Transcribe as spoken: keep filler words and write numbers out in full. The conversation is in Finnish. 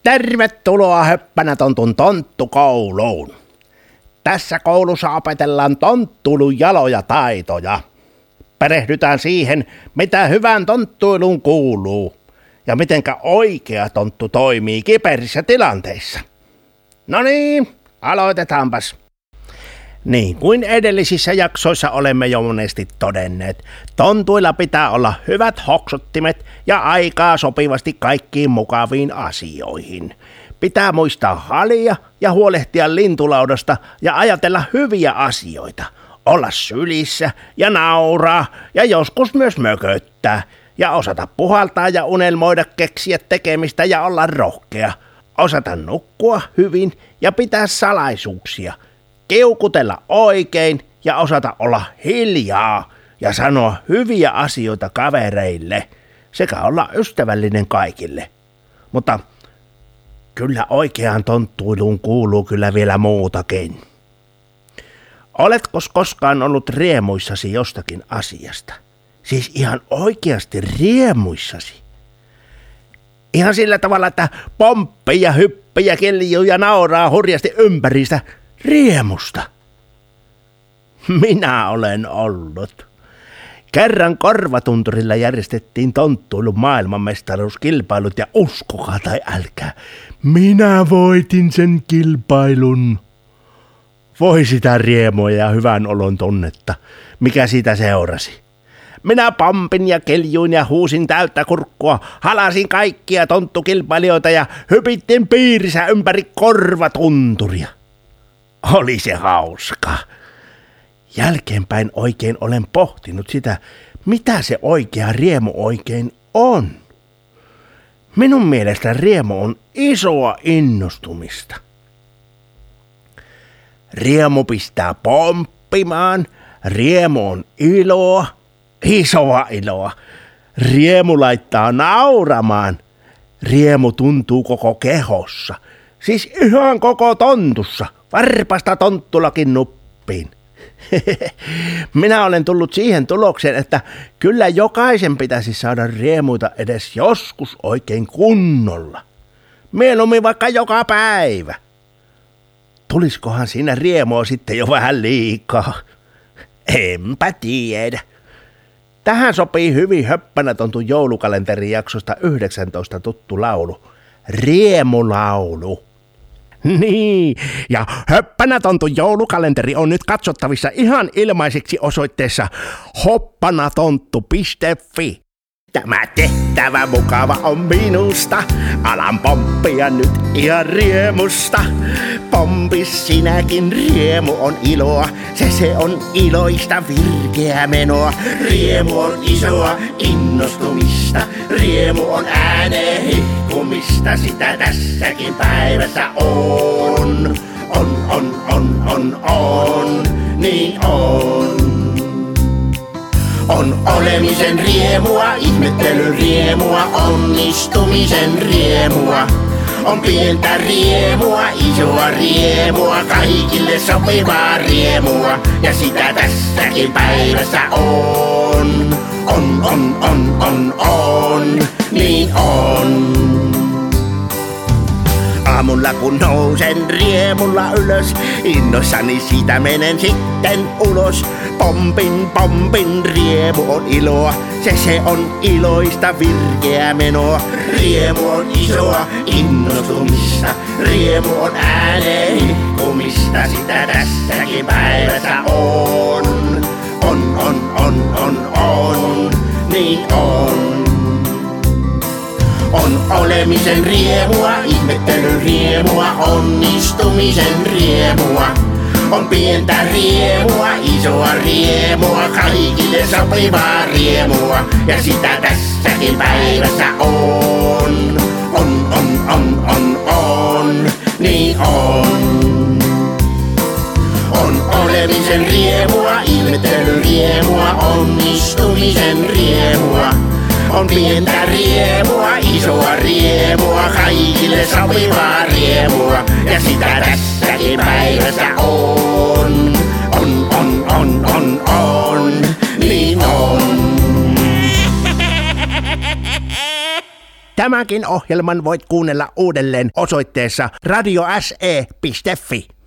Tervetuloa Höppänätontun tonttukouluun. Tässä koulussa opetellaan tonttuilun jaloja taitoja. Perehdytään siihen, mitä hyvään tonttuiluun kuuluu ja mitenkä oikea tonttu toimii kiperissä tilanteissa. No niin, aloitetaanpas. Niin kuin edellisissä jaksoissa olemme jo monesti todenneet, tontuilla pitää olla hyvät hoksottimet ja aikaa sopivasti kaikkiin mukaviin asioihin. Pitää muistaa halia ja huolehtia lintulaudasta ja ajatella hyviä asioita. Olla sylissä ja nauraa ja joskus myös mököttää. Ja osata puhaltaa ja unelmoida, keksiä tekemistä ja olla rohkea. Osata nukkua hyvin ja pitää salaisuuksia. Keukutella oikein ja osata olla hiljaa ja sanoa hyviä asioita kavereille sekä olla ystävällinen kaikille. Mutta kyllä oikeaan tonttuiluun kuuluu kyllä vielä muutakin. Oletko koskaan ollut riemuissasi jostakin asiasta? Siis ihan oikeasti riemuissasi? Ihan sillä tavalla, että pomppii ja hyppii ja kiljuu ja nauraa hurjasti ympäristä riemusta. Minä olen ollut. Kerran Korvatunturilla järjestettiin tonttuilun maailmanmestaruuskilpailut ja uskokaa tai älkää, minä voitin sen kilpailun. Voi sitä riemua ja hyvän olon tunnetta, mikä siitä seurasi. Minä pampin ja keljuin ja huusin täyttä kurkkua, halasin kaikkia tonttukilpailijoita ja hypittiin piirissä ympäri Korvatunturia. Oli se hauskaa. Jälkeenpäin oikein olen pohtinut sitä, mitä se oikea riemu oikein on. Minun mielestä riemu on isoa innostumista. Riemu pistää pomppimaan, riemu on iloa, isoa iloa. Riemu laittaa nauramaan, riemu tuntuu koko kehossa, siis ihan koko tontussa, varpasta tonttulakin nuppiin. Minä olen tullut siihen tulokseen, että kyllä jokaisen pitäisi saada riemuita edes joskus oikein kunnolla. Mieluummin vaikka joka päivä. Tuliskohan siinä riemua sitten jo vähän liikaa? Enpä tiedä. Tähän sopii hyvin Höppänätontun joulukalenterin jaksosta yhdeksäntoista tuttu laulu. Riemulaulu. Niin, ja Höppänätontun joulukalenteri on nyt katsottavissa ihan ilmaiseksi osoitteessa hoppanatonttu piste fi. Tämä tehtävä mukava on minusta, alan pomppia nyt ihan riemusta. Pompi sinäkin, riemu on iloa, se se on iloista virkeä menoa. Riemu on isoa innostumista, riemu on ääneen hihkumista, sitä tässäkin päivässä on. On, on, on, on, on, niin on. On olemisen riemua, ihmettelyn riemua, onnistumisen riemua. On pientä riemua, isoa riemua, kaikille sopivaa riemua. Ja sitä tässäkin päivässä on. On, on, on, on, on, niin on. Aamulla kun nousen riemulla ylös, innoissani siitä menen sitten ulos. Pompin, pompin, riemu on iloa, se se on iloista virkeä menoa. Riemu on isoa innostumista, riemu on ääneen hihkumista, sitä tässäkin päivässä on. On, on, on, on, on, niin on. On olemisen riemua, ihmettelyn riemua, onnistumisen riemua. On pientä riemua, isoa riemua, kaikille sopivaa riemua. Ja sitä tässäkin päivässä on. On, on, on, on, on, niin on. On olemisen riemua, ihmettelyn riemua, onnistumisen riemua. On pientä riemua, isoa riemua, kaikille sopivaa riemua. Ja sitä tässäkin päivässä on. On, on, on, on, on, niin on. Tämänkin ohjelman voit kuunnella uudelleen osoitteessa radio s e piste f i.